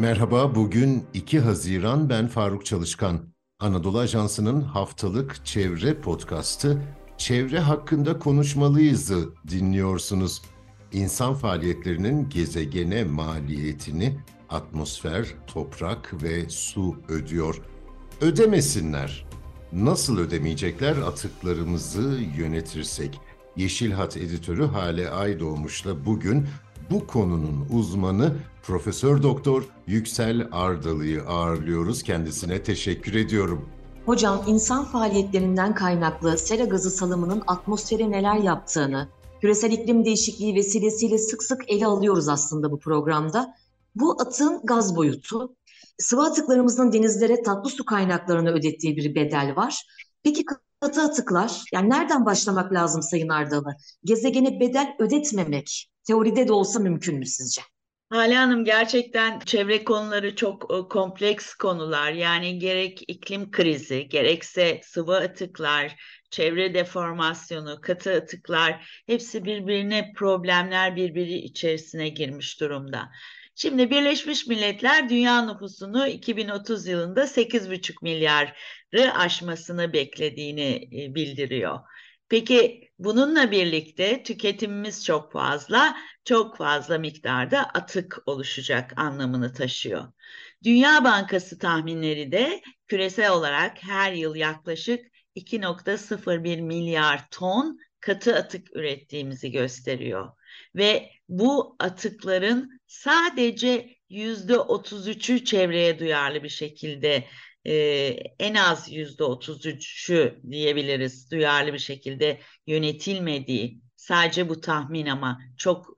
Merhaba, bugün 2 Haziran, ben Faruk Çalışkan. Anadolu Ajansı'nın haftalık çevre podcastı Çevre Hakkında Konuşmalıyız'ı dinliyorsunuz. İnsan faaliyetlerinin gezegene maliyetini atmosfer, toprak ve su ödüyor. Ödemesinler. Nasıl ödemeyecekler atıklarımızı yönetirsek? Yeşil Hat editörü Hale Aydoğmuş'la bugün bu konunun uzmanı Profesör Doktor Yüksel Ardalı'yı ağırlıyoruz. Kendisine teşekkür ediyorum. Hocam, insan faaliyetlerinden kaynaklı sera gazı salımının atmosfere neler yaptığını, küresel iklim değişikliği vesilesiyle sık sık ele alıyoruz aslında bu programda. Bu atığın gaz boyutu, sıvı atıklarımızın denizlere, tatlı su kaynaklarına ödettiği bir bedel var. Peki katı atıklar, yani nereden başlamak lazım Sayın Ardalı? Gezegene bedel ödetmemek teoride de olsa mümkün mü sizce? Hale Hanım, gerçekten çevre konuları çok kompleks konular. Yani gerek iklim krizi, gerekse sıvı atıklar, çevre deformasyonu, katı atıklar hepsi birbirine problemler birbiri içerisine girmiş durumda. Şimdi Birleşmiş Milletler dünya nüfusunu 2030 yılında 8,5 milyarı aşmasını beklediğini bildiriyor. Peki bununla birlikte tüketimimiz çok fazla miktarda atık oluşacak anlamını taşıyor. Dünya Bankası tahminleri de küresel olarak her yıl yaklaşık 2,01 milyar ton katı atık ürettiğimizi gösteriyor. Ve bu atıkların sadece %33'ü çevreye duyarlı bir şekilde en az %33'ü diyebiliriz duyarlı bir şekilde yönetilmediği, sadece bu tahmin ama çok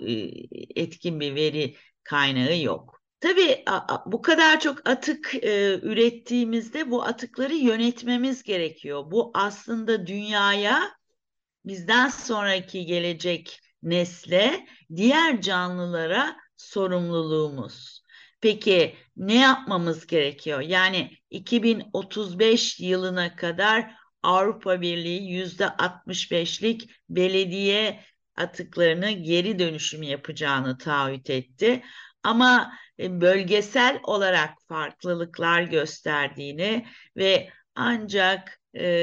etkin bir veri kaynağı yok. Tabii bu kadar çok atık ürettiğimizde bu atıkları yönetmemiz gerekiyor. Bu aslında dünyaya, bizden sonraki gelecek nesle, diğer canlılara sorumluluğumuz. Peki ne yapmamız gerekiyor? Yani 2035 yılına kadar Avrupa Birliği %65'lik belediye atıklarını geri dönüşüm yapacağını taahhüt etti. Ama bölgesel olarak farklılıklar gösterdiğini ve ancak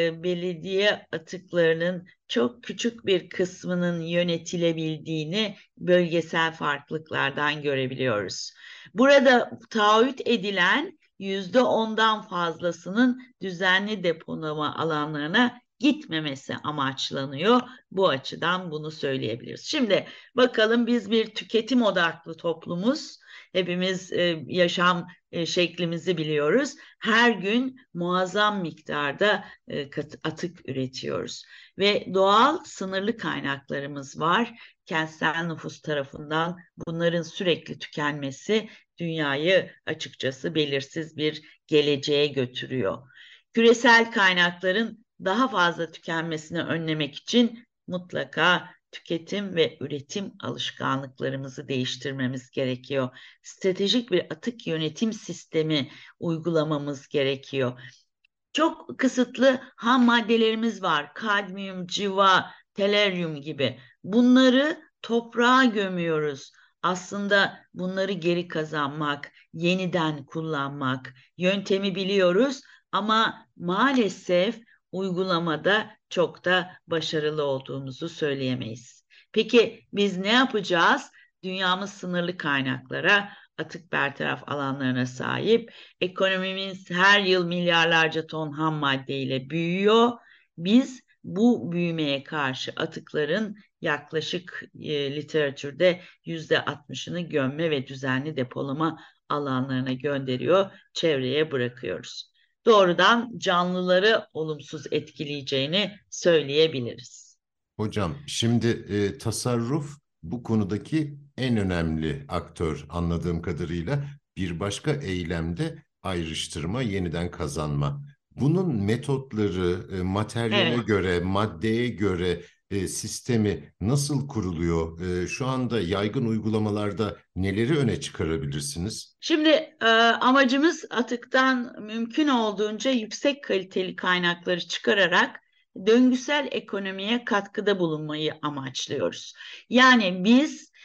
belediye atıklarının çok küçük bir kısmının yönetilebildiğini bölgesel farklılıklardan görebiliyoruz. Burada taahhüt edilen %10'dan fazlasının düzenli depolama alanlarına gitmemesi amaçlanıyor. Bu açıdan bunu söyleyebiliriz. Şimdi bakalım, biz bir tüketim odaklı toplumuz. Hepimiz yaşam şeklimizi biliyoruz. Her gün muazzam miktarda atık üretiyoruz. Ve doğal sınırlı kaynaklarımız var. Kentsel nüfus tarafından bunların sürekli tükenmesi dünyayı açıkçası belirsiz bir geleceğe götürüyor. Küresel kaynakların daha fazla tükenmesini önlemek için mutlaka tüketim ve üretim alışkanlıklarımızı değiştirmemiz gerekiyor. Stratejik bir atık yönetim sistemi uygulamamız gerekiyor. Çok kısıtlı ham maddelerimiz var. Kadmiyum, civa, teleryum gibi. Bunları toprağa gömüyoruz. Aslında bunları geri kazanmak, yeniden kullanmak yöntemi biliyoruz ama maalesef uygulamada çok da başarılı olduğumuzu söyleyemeyiz. Peki biz ne yapacağız? Dünyamız sınırlı kaynaklara, atık bertaraf alanlarına sahip. Ekonomimiz her yıl milyarlarca ton ham maddeyle büyüyor. Biz bu büyümeye karşı atıkların yaklaşık literatürde %60'ını gömme ve düzenli depolama alanlarına gönderiyor, çevreye bırakıyoruz. Doğrudan canlıları olumsuz etkileyeceğini söyleyebiliriz. Hocam, şimdi tasarruf bu konudaki en önemli aktör anladığım kadarıyla. Bir başka eylemde ayrıştırma, yeniden kazanma. Bunun metotları, materyale Evet. göre, maddeye göre sistemi nasıl kuruluyor? Şu anda yaygın uygulamalarda neleri öne çıkarabilirsiniz? Şimdi amacımız atıktan mümkün olduğunca yüksek kaliteli kaynakları çıkararak döngüsel ekonomiye katkıda bulunmayı amaçlıyoruz. Yani biz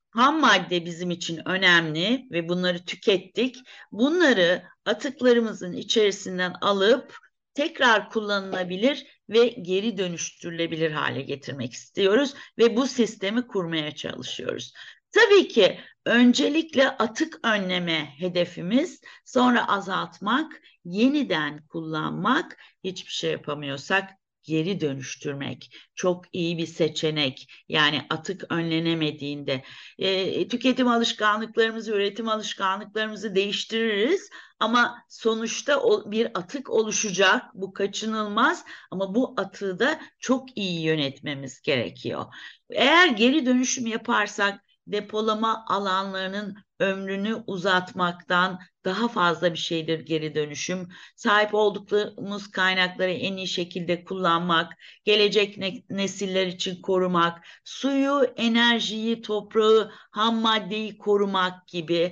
ham madde bizim için önemli ve bunları tükettik. Bunları atıklarımızın içerisinden alıp tekrar kullanılabilir ve geri dönüştürülebilir hale getirmek istiyoruz ve bu sistemi kurmaya çalışıyoruz. Tabii ki öncelikle atık önleme hedefimiz, sonra azaltmak, yeniden kullanmak, hiçbir şey yapamıyorsak geri dönüştürmek çok iyi bir seçenek. Yani atık önlenemediğinde tüketim alışkanlıklarımızı, üretim alışkanlıklarımızı değiştiririz ama sonuçta bir atık oluşacak. Bu kaçınılmaz ama bu atığı da çok iyi yönetmemiz gerekiyor. Eğer geri dönüşüm yaparsak depolama alanlarının ömrünü uzatmaktan daha fazla bir şeydir geri dönüşüm. Sahip olduklarımız kaynakları en iyi şekilde kullanmak, gelecek nesiller için korumak, suyu, enerjiyi, toprağı, ham maddeyi korumak gibi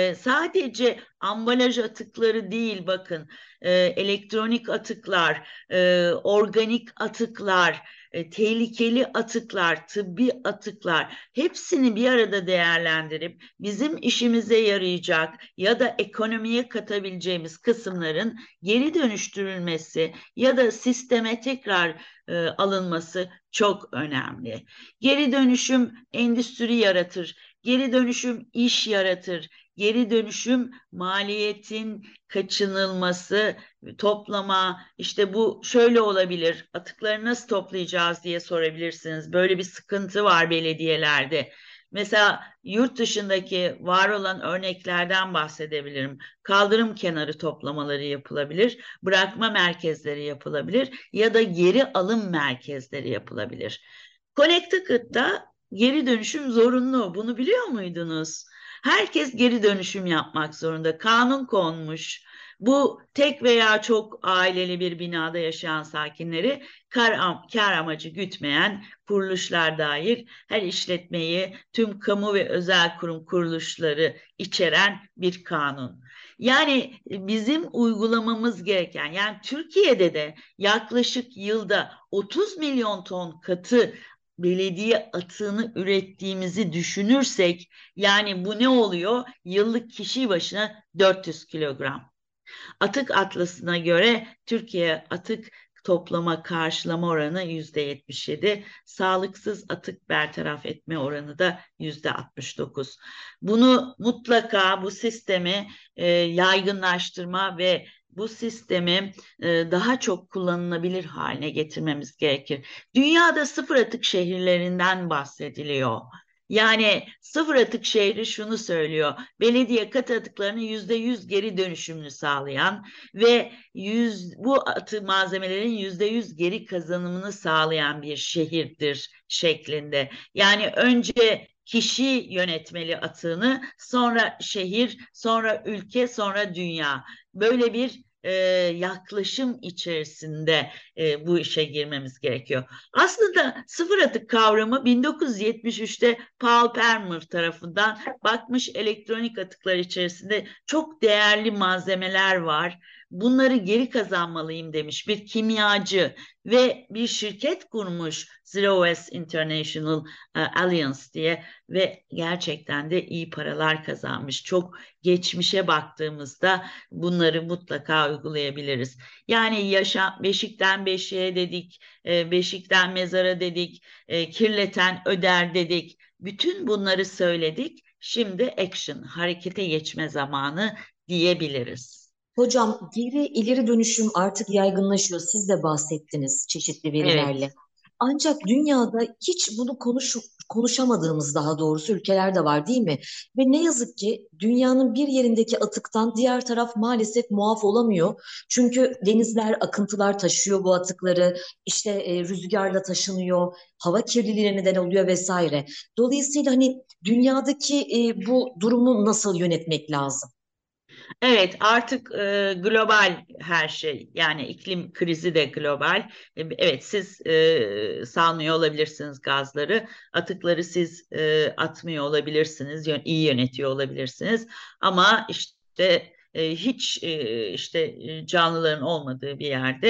sadece ambalaj atıkları değil bakın, elektronik atıklar, organik atıklar, tehlikeli atıklar, tıbbi atıklar hepsini bir arada değerlendirip bizim işimize yarayacak ya da ekonomiye katabileceğimiz kısımların geri dönüştürülmesi ya da sisteme tekrar alınması çok önemli. Geri dönüşüm endüstri yaratır. Geri dönüşüm iş yaratır. Geri dönüşüm maliyetin kaçınılması, toplama, işte bu şöyle olabilir, atıkları nasıl toplayacağız diye sorabilirsiniz. Böyle bir sıkıntı var belediyelerde. Mesela yurt dışındaki var olan örneklerden bahsedebilirim. Kaldırım kenarı toplamaları yapılabilir, bırakma merkezleri yapılabilir ya da geri alım merkezleri yapılabilir. Connecticut'ta geri dönüşüm zorunlu. Bunu biliyor muydunuz? Herkes geri dönüşüm yapmak zorunda. Kanun konmuş. Bu tek veya çok aileli bir binada yaşayan sakinleri kar amacı gütmeyen kuruluşlar dair her işletmeyi, tüm kamu ve özel kurum kuruluşları içeren bir kanun. Yani bizim uygulamamız gereken, yani Türkiye'de de yaklaşık yılda 30 milyon ton katı belediye atığını ürettiğimizi düşünürsek, yani bu ne oluyor? Yıllık kişi başına 400 kilogram. Atık Atlası'na göre Türkiye atık toplama karşılama oranı %77, sağlıksız atık bertaraf etme oranı da %69. Bunu mutlaka bu sistemi yaygınlaştırma ve bu sistemi daha çok kullanılabilir haline getirmemiz gerekir. Dünyada sıfır atık şehirlerinden bahsediliyor. Yani sıfır atık şehri şunu söylüyor: belediye katı atıklarının %100 geri dönüşümünü sağlayan ve bu atık malzemelerin %100 geri kazanımını sağlayan bir şehirdir şeklinde. Yani önce kişi yönetmeli atığını, sonra şehir, sonra ülke, sonra dünya. Böyle bir yaklaşım içerisinde bu işe girmemiz gerekiyor. Aslında sıfır atık kavramı 1973'te Paul Permer tarafından bakmış, elektronik atıklar içerisinde çok değerli malzemeler var. Bunları geri kazanmalıyım demiş bir kimyacı ve bir şirket kurmuş, Zero Waste International Alliance diye, ve gerçekten de iyi paralar kazanmış. Çok geçmişe baktığımızda bunları mutlaka uygulayabiliriz. Yani beşikten beşiğe dedik, beşikten mezara dedik, kirleten öder dedik. Bütün bunları söyledik. Şimdi action, harekete geçme zamanı diyebiliriz. Hocam, geri ileri dönüşüm artık yaygınlaşıyor. Siz de bahsettiniz çeşitli verilerle. Evet. Ancak dünyada hiç bunu konuşamadığımız, daha doğrusu, ülkeler de var, değil mi? Ve ne yazık ki dünyanın bir yerindeki atıktan diğer taraf maalesef muaf olamıyor. Çünkü denizler, akıntılar taşıyor bu atıkları, işte rüzgarla taşınıyor, hava kirliliğine neden oluyor vesaire. Dolayısıyla hani dünyadaki bu durumu nasıl yönetmek lazım? Evet, artık global her şey, yani iklim krizi de global. Evet, siz salmıyor olabilirsiniz gazları, atıkları siz atmıyor olabilirsiniz, iyi yönetiyor olabilirsiniz. Ama işte hiç işte canlıların olmadığı bir yerde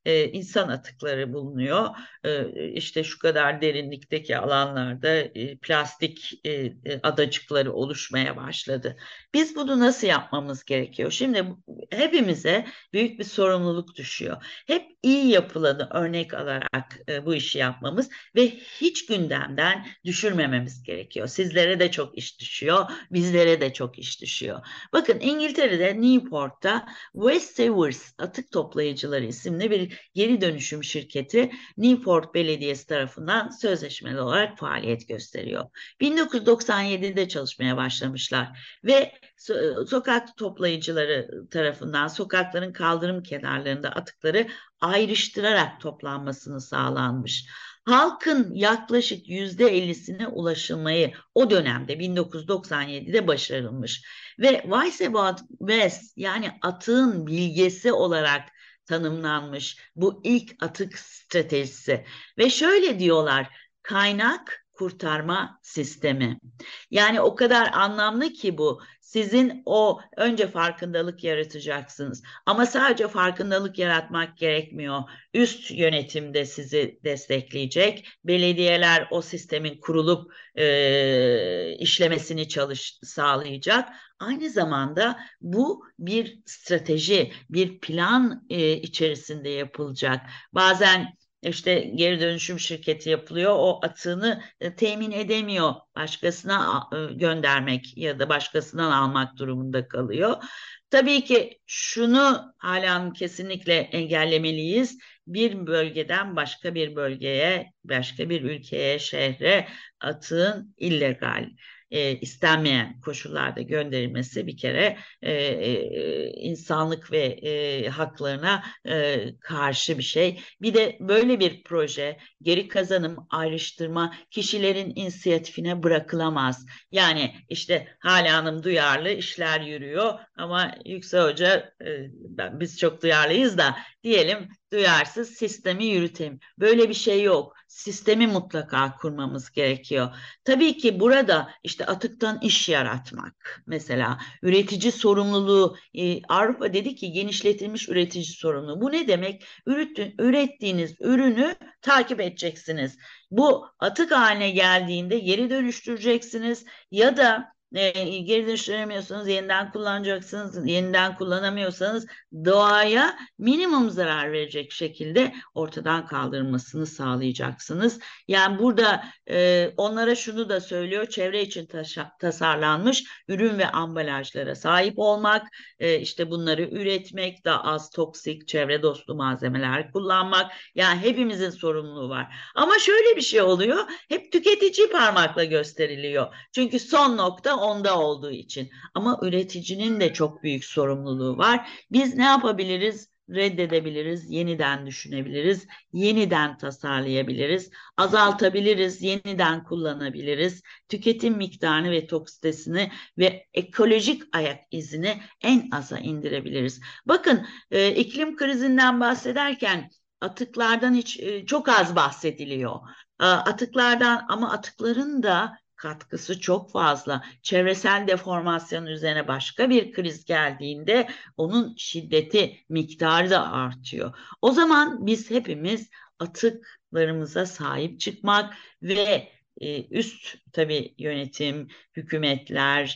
insan atıkları bulunuyor. İşte şu kadar derinlikteki alanlarda plastik adacıkları oluşmaya başladı. Biz bunu nasıl yapmamız gerekiyor? Şimdi hepimize büyük bir sorumluluk düşüyor. Hep iyi yapılanı örnek alarak bu işi yapmamız ve hiç gündemden düşürmememiz gerekiyor. Sizlere de çok iş düşüyor, bizlere de çok iş düşüyor. Bakın İngiltere'de Newport'ta Waste Savers Atık Toplayıcıları isimli bir geri dönüşüm şirketi Newport Belediyesi tarafından sözleşmeli olarak faaliyet gösteriyor. 1997'de çalışmaya başlamışlar ve sokak toplayıcıları tarafından sokakların kaldırım kenarlarında atıkları ayrıştırarak toplanmasını sağlanmış. Halkın yaklaşık %50'sine ulaşılmayı o dönemde 1997'de başarılmış ve Wise About West yani atığın bilgesi olarak tanımlanmış bu ilk atık stratejisi ve şöyle diyorlar: kaynak kurtarma sistemi. Yani o kadar anlamlı ki bu. Sizin o önce farkındalık yaratacaksınız. Ama sadece farkındalık yaratmak gerekmiyor. Üst yönetim de sizi destekleyecek. Belediyeler o sistemin kurulup işlemesini sağlayacak. Aynı zamanda bu bir strateji, bir plan içerisinde yapılacak. Bazen işte geri dönüşüm şirketi yapılıyor, o atığını temin edemiyor, başkasına göndermek ya da başkasından almak durumunda kalıyor. Tabii ki şunu hala kesinlikle engellemeliyiz: bir bölgeden başka bir bölgeye, başka bir ülkeye, şehre atığın illegal, istenmeyen koşullarda gönderilmesi bir kere insanlık ve haklarına karşı bir şey. Bir de böyle bir proje geri kazanım, ayrıştırma kişilerin inisiyatifine bırakılamaz. Yani işte Hale Hanım duyarlı, işler yürüyor ama Yüksel Hoca biz çok duyarlıyız da diyelim duyarsız, sistemi yürütelim. Böyle bir şey yok. Sistemi mutlaka kurmamız gerekiyor. Tabii ki burada işte atıktan iş yaratmak, mesela üretici sorumluluğu, Avrupa dedi ki genişletilmiş üretici sorumluluğu. Bu ne demek? Ürettiğiniz ürünü takip edeceksiniz. Bu atık haline geldiğinde geri dönüştüreceksiniz ya da geri dönüştüremiyorsanız yeniden kullanacaksınız. Yeniden kullanamıyorsanız doğaya minimum zarar verecek şekilde ortadan kaldırılmasını sağlayacaksınız. Yani burada onlara şunu da söylüyor: çevre için tasarlanmış ürün ve ambalajlara sahip olmak, işte bunları üretmek, daha az toksik, çevre dostu malzemeler kullanmak. Yani hepimizin sorumluluğu var. Ama şöyle bir şey oluyor: hep tüketici parmakla gösteriliyor. Çünkü son nokta onda olduğu için. Ama üreticinin de çok büyük sorumluluğu var. Biz ne yapabiliriz? Reddedebiliriz, yeniden düşünebiliriz, yeniden tasarlayabiliriz, azaltabiliriz, yeniden kullanabiliriz. Tüketim miktarını ve toksitesini ve ekolojik ayak izini en aza indirebiliriz. Bakın, iklim krizinden bahsederken atıklardan çok az bahsediliyor. Atıklardan, ama atıkların da katkısı çok fazla. Çevresel deformasyon üzerine başka bir kriz geldiğinde onun şiddeti, miktarı da artıyor. O zaman biz hepimiz atıklarımıza sahip çıkmak ve üst tabii yönetim, hükümetler,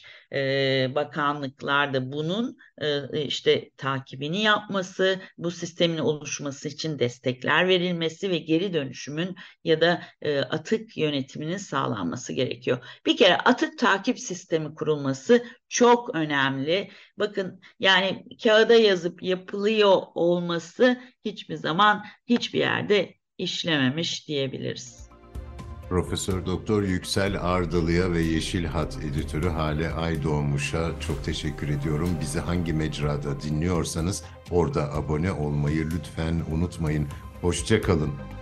bakanlıklar da bunun işte takibini yapması, bu sistemin oluşması için destekler verilmesi ve geri dönüşümün ya da atık yönetiminin sağlanması gerekiyor. Bir kere atık takip sistemi kurulması çok önemli. Bakın, yani kağıda yazıp yapılıyor olması hiçbir zaman hiçbir yerde işlememiş diyebiliriz. Profesör Doktor Yüksel Ardalı'ya ve Yeşil Hat editörü Hale Aydoğmuş'a çok teşekkür ediyorum. Bizi hangi mecrada dinliyorsanız orada abone olmayı lütfen unutmayın. Hoşça kalın.